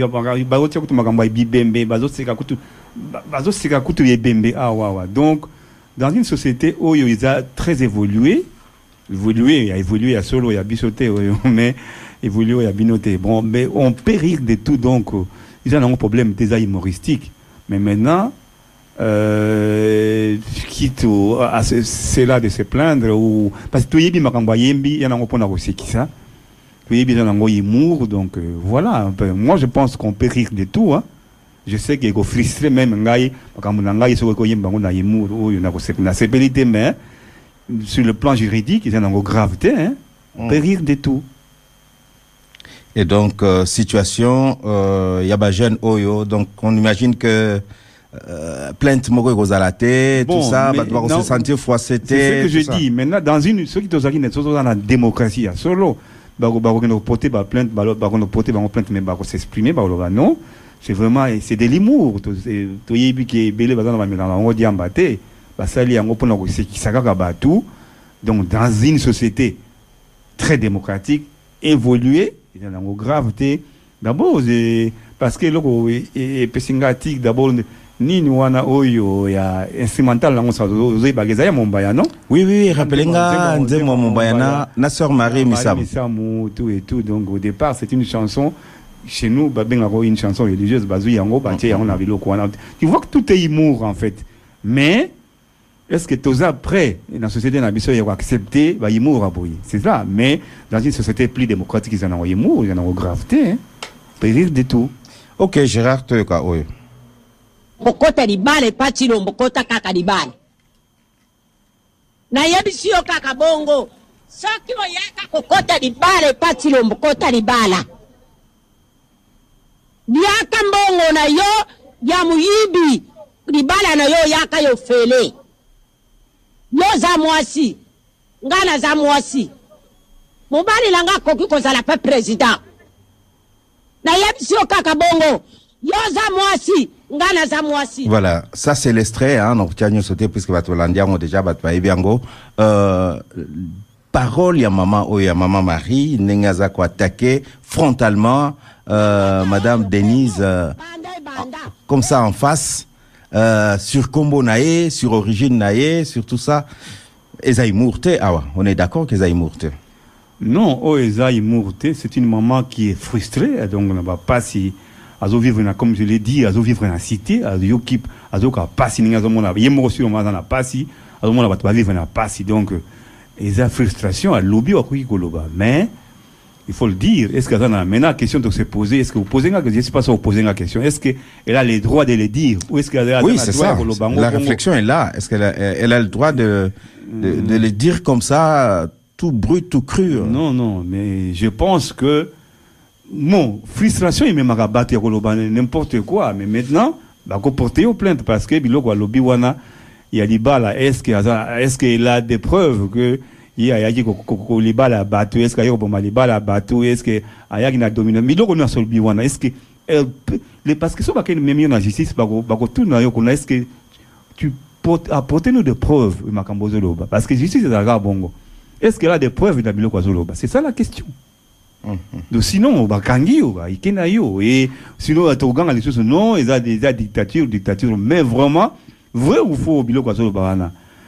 donc dans une société où il a très évolué, il a évolué à solo, il a bisoté, mais évolué, il a binoté. Bon, mais on peut rire de tout, donc ils ont un problème déjà humoristique. Mais maintenant, quitte à c'est là de se plaindre, ou parce que tout y il y en a un peu aussi qui ça. Tout y a humour, donc voilà. Moi, je pense qu'on peut rire de tout, hein. Je sais qu'il est frustré même, mais sur le plan juridique, il y a une gravité, hein. On peut rire de tout. Et donc, situation, Yabajen Oyo, donc on imagine que plainte moko kozalate tout ça va devoir se sentir froissé. C'est ce que je dis. Maintenant dans une ceux qui tozaki ne sont dans la démocratie solo ba porter ba plainte ba porter ba plainte mais ba s'exprimer ba non. C'est vraiment c'est de l'humour to yebi ki belé bazana ba melanga ngo diambate ba sali yango pona ko sekisaka ka batu. Donc dans une société très démocratique évoluée il y a une gravité d'abord parce que loko et pesingatique d'abord ni wana oyo ya instrumental lango sa zo bageza ya Mombaya non oui rappelenga nzemo Mombaya na sœur Marie Misamu tout et tout. Donc au départ c'est une chanson chez nous babenga une chanson religieuse bazu yango batie yango na biloko wana. Tu vois que tout est humour en fait, mais est-ce que tous après dans la société na biso ya accepter ba humour aboyi c'est ça. Mais dans une société plus démocratique ils en ont humour, ils en ont gravité hein. Peut rire de tout. OK Gérard Toyoka oyo Bokota libale patilo mbokota kaka libale na yebisi yo kaka bongo soki oyaka kokota libale patilo mbokota libala biaka mbongo na yo ya muyibi libala na yo yaka yo fele yo za mwasi ngana za mwasi mobali langa koki kozala pe president na yebisi yo kaka bongo yo za mwasi. Voilà, ça c'est l'extrait, hein, donc tiens, nous sauter puisque Batolandia ont déjà battu Biango. Parole ya maman Marie, Nengaza ko attaqué frontalement Madame Denise comme ça en face sur Combo Naé, sur Origine Naé, sur tout ça. Ezaï Mourte, on est d'accord qu'Ezaï Mourte. Non, Ezaï Mourte, c'est une maman qui est frustrée, donc on ne va pas si azo vivre comme je l'ai dit, azo vivre en cité, azo équipe, azo ka passi ninga zo mona yemo sur ma na passi, azo mona ba vivre na passi. Donc ils ont frustration à lobby au koloba. Mais il faut le dire, est-ce que maintenant la question de se poser, est-ce que vous posez je sais pas si vous posez la question, est-ce que elle a le droit de le dire ou est-ce qu'elle a oui, c'est ça. La réflexion est là, est-ce qu'elle elle a le droit de le dire comme ça tout brut, tout cru? Non, mais je pense que bon, frustration, il m'a rabattu n'importe quoi, mais maintenant, bah, qu'on porter aux plaintes parce que biloko a lobby wana, il y a des balles, est-ce qu'il a des preuves que il y a des balles à battu, est-ce qu'il y a des balles à battu, est-ce qu'il y a une domination, biloko na lobby wana, est-ce que parce que ça va qu'il même en justice, bah, tout na yo est-ce que tu peux apporter nous des preuves, makambozo loba, parce que justice est à bongo. Est-ce qu'il y a des preuves de biloko zoloba? C'est ça la question. Donc sinon bah kangio bah ikenayo et sinon à Togan les choses non ils a des dictature mais vraiment vrai ou faux biloko zo bana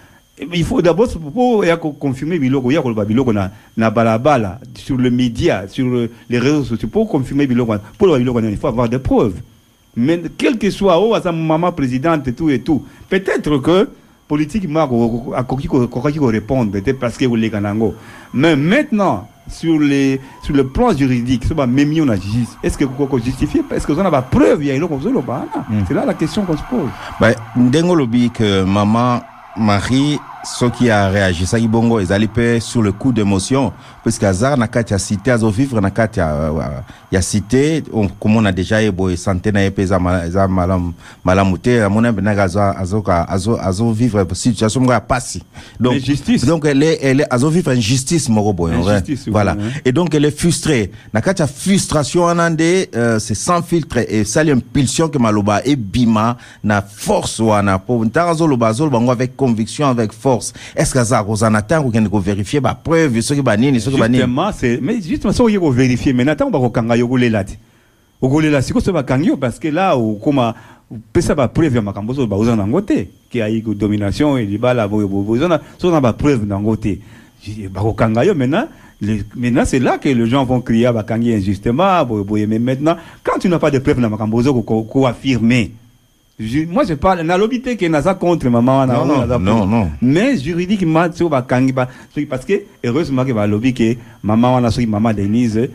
il faut d'abord pour confirmer biloko ya ko biloko na balabala sur le média sur les réseaux sociaux pour confirmer biloko pour biloko il faut avoir des preuves. Mais quel que soit sa maman présidente et tout peut-être que politiquement à qui répondre peut-être parce que vous les kanango mais maintenant sur le plan juridique, est-ce que vous justifiez? Est-ce que vous avez la preuve? C'est là la question qu'on se pose. Ndengolobi que maman Marie, ce qui a réagi, ça y bongo, ils allaient sur le coup d'émotion, parce qu'Azar n'a qu'à cité, à vivre n'a qu'à y a cité, comme on a déjà eu santé n'a pas malamouté, à mon avis n'a azo vivre situation à passer. Donc elle est azo vivre une justice morobo, voilà. Et donc elle est frustrée. N'a qu'à frustration en andé, c'est sans filtre et ça l'impulsion que maloba et bima na force ou na pour ntazo loba zol bango avec conviction, avec force. Est-ce que ça vous en attend ou qu'on vérifier bah preuve ce qui banini ce qui banini justement c'est mais justement ça on va vérifier mais n'attend pas qu'on kanga yogole là c'est quoi ça va kangio parce que là ou comment pesa ba preuve makambozo ba uzana ngote qui a eu domination et libala bozona ça on ba preuve ngote ba ko kanga yo maintenant c'est là que les gens vont crier ba kangi injustement mais maintenant quand tu n'as pas de preuve na makambozo ko affirmer. Moi je parle na lobité que naza contre maman non mais juridiquement tu va kangiba parce que heureusement que va lobby que maman wana soki maman Denise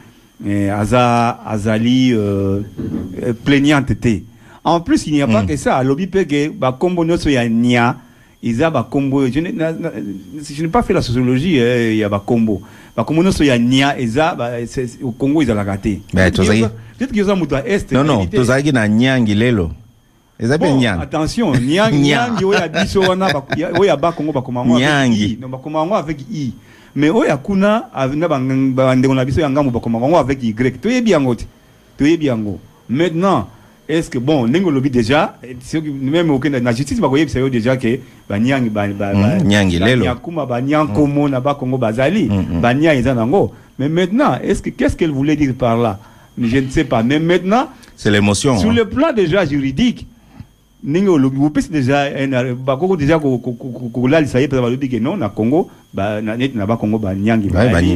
azali plaignante té en plus il n'y a pas que ça lobby peut que ba kombo noso ya nia isa ba kombo je n'ai pas fait la sociologie il y a ba kombo noso ya nia isa au Congo ils a la raté peut-être que ça muta est non tozaki na nyangi lelo Attention, Nyangi oya biso wana oya ba Congo ba komango avec no ba komango avec I. Mais oya kuna avina ba ndeko na biso yanga mo ba komango avec Y. To yebi yango. Maintenant, est-ce que bon, ningo lobi déjà, même aucun na justice ba koyebi sayo déjà que ba Nyangi Nyangi lelo. Yakuma ba Nyankomo na ba Congo bazali, ba Nyangi ezanango. Mais maintenant, qu'est-ce qu'elle voulait dire par là? Je ne sais pas. Mais maintenant, c'est l'émotion. Sur le plan déjà juridique, vous pensez déjà déjà non na Congo na Congo ba Nyangi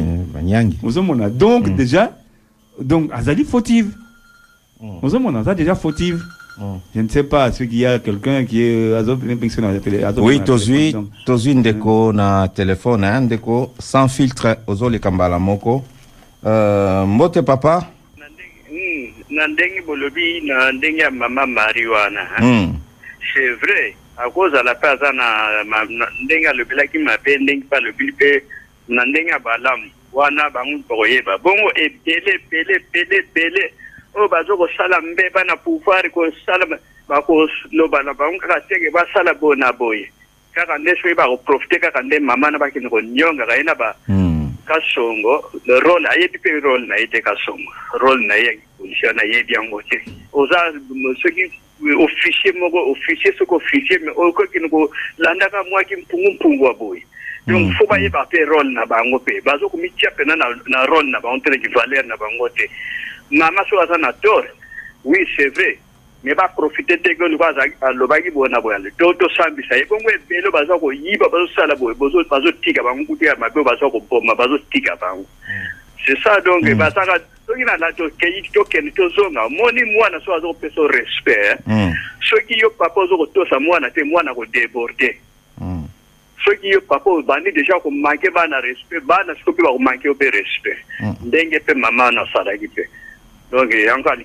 donc déjà donc azali fautive. Déjà fautive. Je ne sais pas ce qu'il y a quelqu'un qui est oui, tozi ndeko na téléphone ndeko sans filtre ozole kambala moko mbote papa na ndenge bolobi na ndenge ya mama mariwana c'est vrai à cause de la personne ndenge alobelaki mabe ndenge pa lobili pe na ndenge ya balamu wana bango koyeba bongo ebele o bazo ko sala mbeba na pouvoir ko sala bako loba na bango kaka teke ba sala bona boye kaka ndeso ba ko profiter kaka nde mama na bakini ko nyonga ka ina ba kasongo le rôle ayebi pe rôle na ite kasongo rôle na ye position na ye bien ngote oza ce qui officier ce qu'officier mais au ko kingo landa ka mwa ki mpungu boye donc faut ba yeba pe rôle na bango pe bazo ko mitia pe na rôle na bango tele ki valeur na bango te mama so azana tort oui c'est vrai mais ba profiter de que nous va lobaki bona boya le toto sambisa e bongo ebelo bazo ko yiba bazo sala boye bazo tika bango kutia mabe bazo ko poma bazo tika bango c'est ça donc basaka donc ina la to keyi to ken to zonga moni mwana so azo peso respect ce qui yo papa zo to sa mwana te mwana ko déborder ce qui yo papa bandi déjà ko manquer bana respect bana ce ko ba ko manquer au respect ndenge pe mama na sala gipe donc encore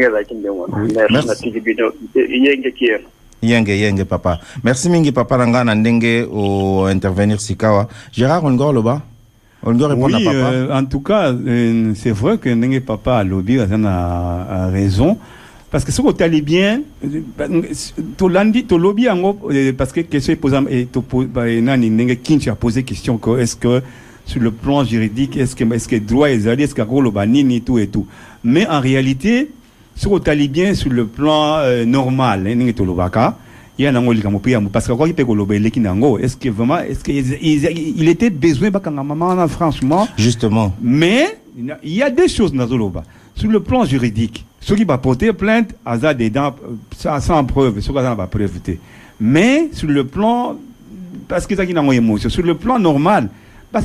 yenge papa merci mingi papa nangana ndenge o intervenir sikawa Gérard Ongor loba Ongor répond à papa en tout cas c'est vrai que ndenge papa a lobby a raison parce que ce que tu allais bien to lobby ango parce que question posée et to nani ndenge kinchi a posé question que est-ce que sur le plan juridique est-ce que droit est-ce que lo banini tout et tout. Mais en réalité, ce qu'on t'a bien sur le plan normal, il y a un parce que quoi il peut est-ce que vraiment, il était besoin maman franchement. Justement. Mais il y a des choses dans Zoloba. Sur le plan juridique, ceux qui va porter plainte, à des dents, sans preuve, ceux qui n'ont pas preuve. Mais sur le plan, parce que ça qui n'a pas émotion, sur le plan normal. Est-ce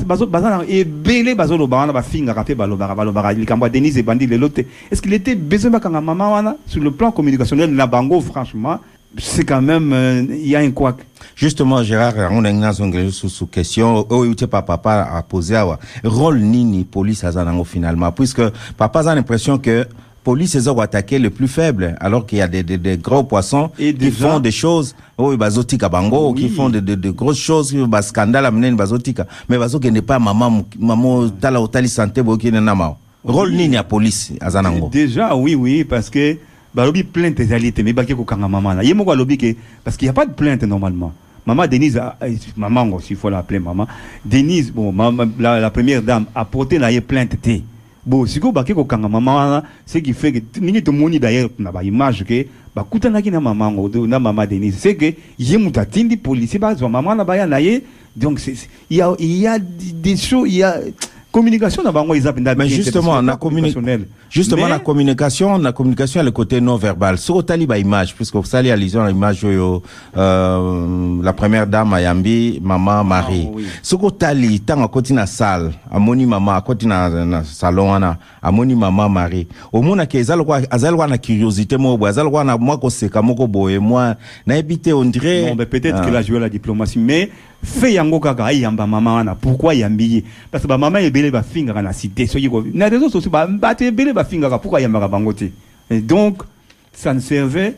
qu'il était besoin de maman sur le plan communicationnel la bango franchement c'est quand même il y a un couac. Justement Gérard on a une sous question papa a posé rôle nini police azanango finalement puisque papa a l'impression que police ils ont attaqué le plus faible alors qu'il y a des gros poissons qui font des choses bazotika bango qui font de grosses choses ba scandale amenen bazotika mais bazoke n'est pas maman tala otali santé boki na ma rôle nini ya police azanango déjà oui parce que balobi plainte ezalité mais baki ko kanga maman na yemo ko lobi que parce qu'il y a pas de plainte normalement maman Denise maman s'il faut l'appeler maman Denise bon la première dame a porté la plainte té. Bon, si vous avez un maman, ce qui fait que nous avons d'ailleurs une image que maman Denise, c'est que il y a des policiers, maman donc il y a des choses, il y a communication mais justement la communication est le côté non verbal sur taliba image puisque vous allez allusion à l'image la première dame Ayambi maman Marie sur tali tant à côté na salle amoni maman à côté na salon ana amoni maman Marie au mona ke azalwa na curiosité mo azalwa na moi ko seka moko boye moi na habité on dirait bon peut-être que la joué la diplomatie mais fait yango kaka yamba maman ana pourquoi yambi parce que maman ebele ba finga na cité so yiko na réseaux sociaux ba ebele ba finga pourquoi yamba bangote et donc ça ne servait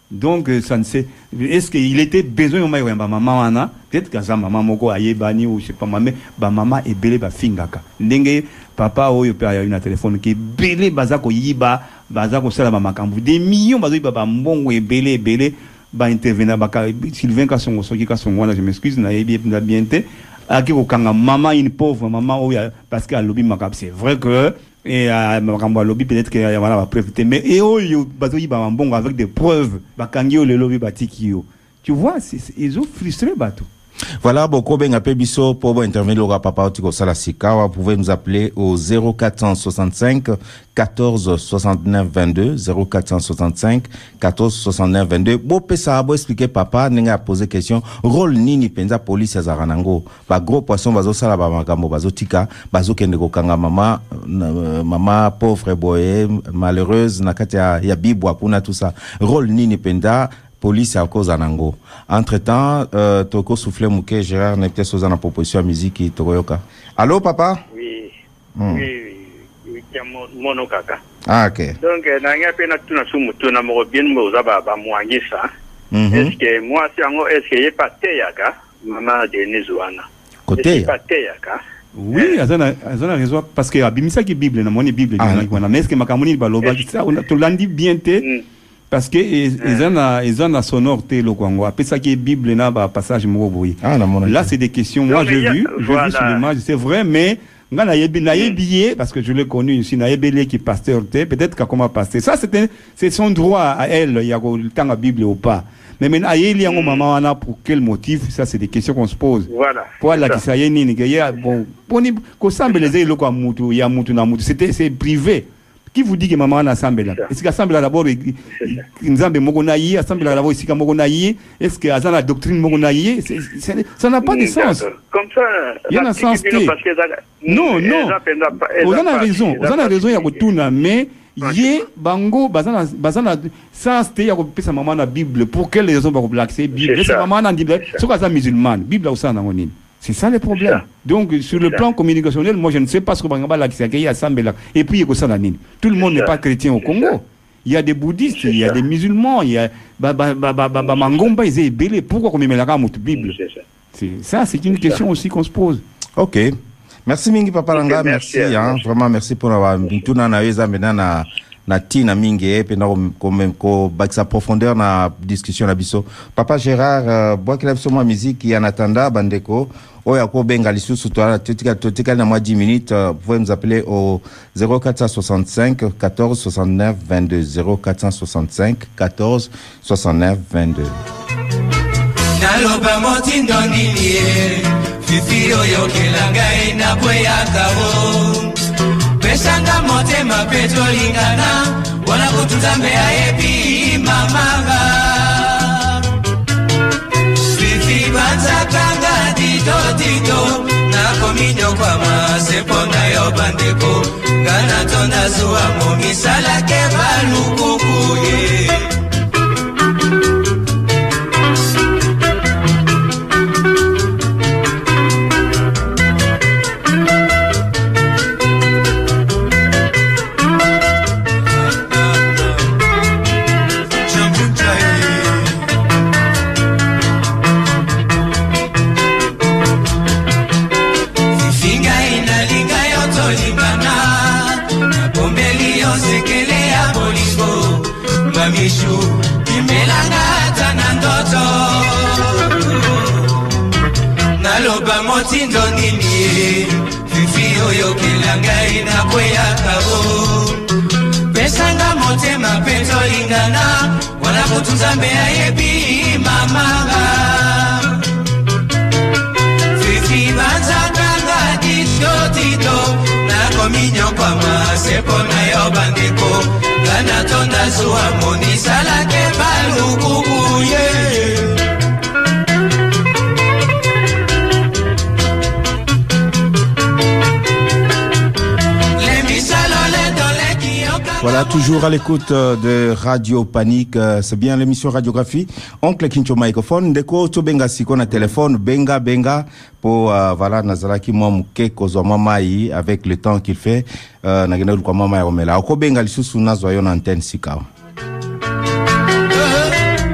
Donc, ça ne sait. Est-ce qu'il était besoin de maman ana? Peut-être que ça, maman moko aye bani ou je sais pas, mais maman est belé ba fingaka. Ndenge papa oyo pe a une téléphone qui belé bazako yiba, bazako sala ba makambu. Des millions bazo yiba ba mbongo e belé ba intervenir ba Sylvain Kasongo soki Kasongo na je m'excuse na yebi na bienté. Aki ko kanga maman une pauvre maman oyo parce que a lobby makap. C'est vrai que et makambo lobby peut-être que voilà va profiter mais et oyo bazo yiba ba mbongo avec des preuves ba kangi o le lobby batiki yo. Tu vois, ils ont frustré bateau. Voilà, beaucoup ben biso pour intervenir au papa Otiko Salasika. Vous pouvez nous appeler au 0465 14 69 22 0465 14 69 22. Bon pesa bo expliquer papa n'enga poser question rôle nini penza police ya zaranango. Ba gros poisson bazo sala ba makambo bazo tika bazo kende ko kanga mama pauvre boye malheureuse na kati ya bibwa kuna tout ça. Rôle nini penza police à cause anango. Entre-temps, toko soufflé mouké Gérard n'est peut-être sous une proposition à musique tokoyoka. Allô papa? Oui. Oui, mono kaka. Ah ok. Donc nanga pena tuna sumu tuna mo bien mo zaba ba mwangisa. Est-ce que moi si ango est-ce que pas yaka mama de Nizuana. Côté pas yaka. Oui, azana raison parce que abimisa ki Bible na moni Bible na mais est-ce que makamoni baloba ça on to landi bien te parce que ils ont sonore te lo kwango après ça qui est Bible na ba passage mo boyi. Là c'est des questions moi j'ai vu sur l'image c'est vrai mais nga na yebi parce que je l'ai connu ici na yebele qui pasteur te peut-être qu'a comment pasteur ça c'est son droit à elle il y a le temps à Bible ou pas mais maintenant ayeli yango maman wana pour quel motif ça c'est des questions qu'on se pose voilà pour la qui ça y nini que ya bon poni ko sambeleze lo kwa mutu ya mutu na mutu c'est privé. Qui vous dit que maman a assemblé là? Est-ce qu'assemblée d'abord nzambe moko na yi assemblée d'abord ici moko na yi est-ce que azana doctrine moko na yi ça n'a pas de sens. Comme ça il y a un sens non on a raison il y a kutuna mais yé bango bazana sens te ya ko pesa maman na Bible pour quelle raison ba ko blaxer Bible c'est maman na Bible c'est quoi ça musulmane Bible aussi na ngoni. C'est ça le problème. Donc, sur le plan communicationnel, moi, je ne sais pas ce que et puis, tout le monde n'est pas chrétien au Congo. Il y a des bouddhistes, il y a des musulmans, il y a Mangomba, ils sont belés. Pourquoi on met la Bible? Ça, c'est une question aussi qu'on se pose. Ok. Merci, Mingi Papalanga. Merci. Vraiment, merci pour avoir mis tout dans la na tina mingi pe na ko baksa profondeur na discussion na biso papa Gérard bois qu'il a sur ma musique qui en attendant bandeko oya ko benga lisusu totika na moi 10 minutes vous pouvez nous appeler au 0465 14 69 22 0465 14 69 22 naloba motindo nilie fifi oyo kelanga ina boya kawo pesanga motema peto lingana wana kututambe ayebi mamaga fifi banzakanga dito na kominyo kwa masepo na yo bandeko ngana tonda zuwa momisala ke balukukuye Mishu imelanga tana ndoto naloba motindo nini fifi oyo kelanga inakwea kabo pesanga motema peto ingana wana kutunza mbea yebi mamaga fifi banza kanga tito na kominyo kwa masepo na yo bandeko Gana tonda zuwa moni salake balukukuye Voilà, toujours à l'écoute de Radio Panique, c'est bien l'émission Radiographie. Oncle Kincho microphone, deko to benga siko na téléphone, benga pour voilà nazalaki mwa muke kozwa mama yi avec le temps qu'il fait na gena kwa mama ya omela. Ko benga lisusu nazwa yo na antenne sika.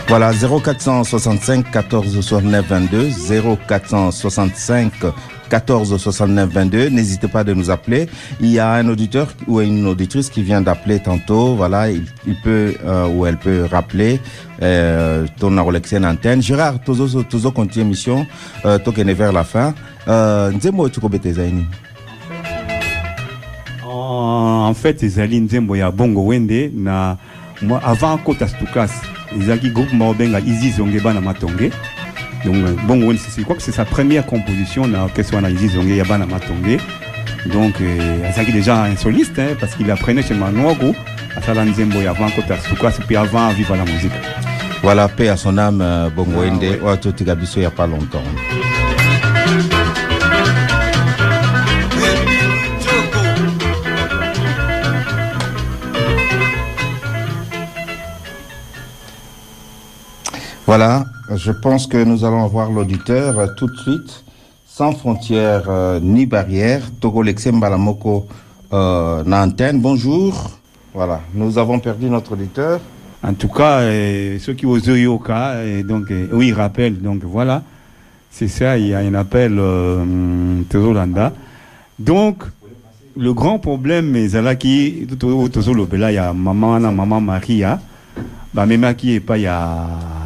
Voilà, 0465 14 69 22, 0465 14 69 22. N'hésitez pas de nous appeler. Il y a un auditeur ou une auditrice qui vient d'appeler tantôt. Voilà, il peut ou elle peut rappeler ton Rolexien antenne. Gérard, toujours continue émission. Token vers la fin. Nzembo tu kobete zaini. En fait, ezali Nzembo ya bongo wende na moi avant Kota Stukas. Izaki groupe Maobenga Izi Zongeba na Matonge. Donc bon, je crois que c'est sa première composition dans l'orchestre wana Izi Zonge Yabana Matonge. Donc Izaki déjà un soliste hein, parce qu'il apprenait chez Manouago à Salanzembo avant Kota Stukas puis avant Viva la musique. Voilà, paix à son âme bongo wende wa to tigabiso il y a pas longtemps. Voilà, je pense que nous allons avoir l'auditeur tout de suite, sans frontières ni barrières. Togo Lexem Balamoko na antenne. Bonjour. Voilà, nous avons perdu notre auditeur. En tout cas, ceux qui osent Yoka, donc oui, rappellent. Donc voilà, c'est ça. Il y a un appel Tezolanda. Donc le grand problème, Zalaki, Tozolo Bela, il y a maman Maria, bah même qui est pas il y a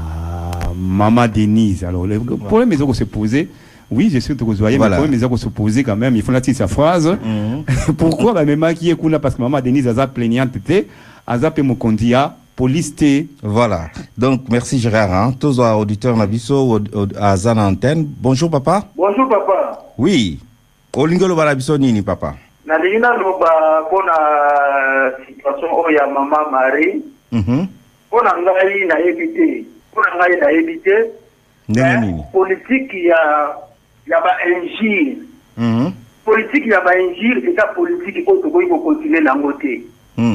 Maman Denise. Alors, le problème, ils ont se poser. Oui, je sais que vous voyez, voilà. Mais le problème, ils ont se poser quand même. Il faut la sa phrase. Pourquoi, bah, même qui est cool là, parce que Maman Denise, a plaignante, a zappé mon condia, police. Voilà. Donc, merci Gérard, hein. Tous les auditeurs, Nabiso, à Zan Antenne. Bonjour, papa. Bonjour, papa. Oui. Olingolo Barabiso Nini, papa. Nalina Loba, kona situation, oya Maman Marie. Kona ngai na éviter. Pour ngai na éviter politique ya ba injure politique ya ba injure et ta politique auto ko continuer na ngote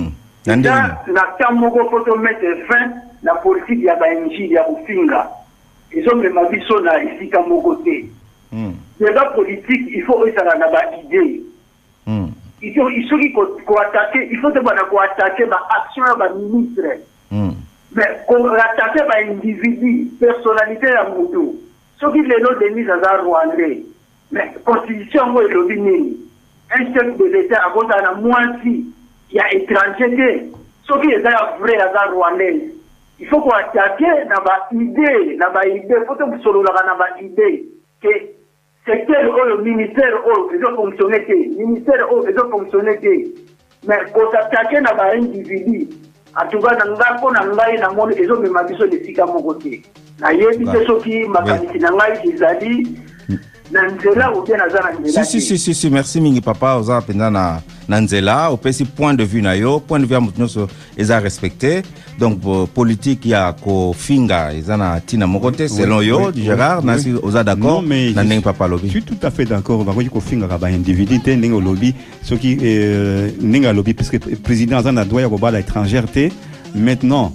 na tamoko photo mettre fin la politique ya ba injure ya kufinga ils ont même biso na isika mokote la politique il faut esa na ba idée il faut ko attaquer il faut te bana ko attaquer ba action ya ba ministre mais qu'on attaque par individu, personnalité à Moutou. Ce qui est le Denis Hazard Rwandais. Mais constitution, est le bini. Un chef de l'État, à cause de la moitié, il y a étranger. Ce qui est vrai Hazard Rwandais. Il faut qu'on attaque dans ma idée, il faut que vous soyez dans ma idée. Que secteur le ministère, ils ont fonctionné. Ministère, ils ont fonctionné. Mais qu'on attaque dans ma individu. En tout cas, dans le ngai na monde ezo me mabiso de sika mokote. Na yebi te soki makanisi na ngai ezali na nzela ou bien azana nzela. Si, merci mingi papa oza penda na nzela, opesi point de vue na yo, point de vue amutno so eza respecté. Donc politique ya ko finga ezana tina mokote selon yo Gérard na si oza d'accord na ndenge papa lobby. Je suis tout à fait d'accord ba ko finga ka ba individu te ndenge lobby soki ndenge lobby parce que président azana doit ya ko ba la étrangèreté maintenant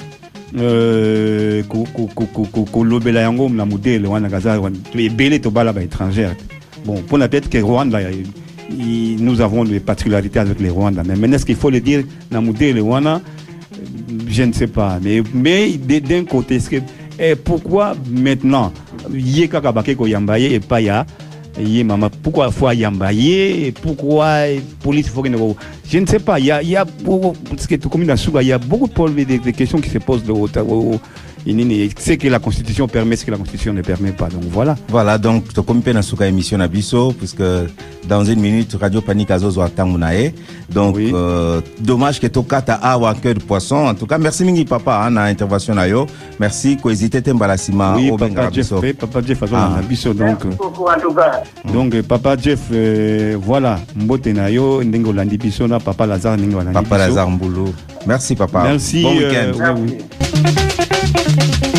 ko lobela yango na modèle wana kaza ebele to bala ba étrangère. Bon pour la tête que Rwanda nous avons des particularités avec les Rwandais mais est-ce qu'il faut le dire na modèle wana je ne sais pas mais d'un côté est-ce que pourquoi maintenant yeka kabake ko yambaye et pas ya yé maman pourquoi faut yambaye pourquoi police faut que je ne sais pas il y a parce que tout comme dans Souga il y a beaucoup de questions qui se posent de c'est que la Constitution permet, ce que la Constitution ne permet pas. Donc voilà, donc tu comme peine à Souka émission à Bisso, puisque dans une minute Radio Panique Azozo à Tamunae. Donc oui. Dommage que tu as un cœur de poisson. En tout cas, merci mingi papa hein, na intervention na yo. Merci ko hésiter tembalasima au Benga Bisso. Papa Jeff a Bisso donc papa Jeff voilà mbote na yo ndengo landi Bisso na papa Lazare ndengo landi Bisso. Papa Lazare Mbulu. Merci papa. Merci bon week-end. Merci.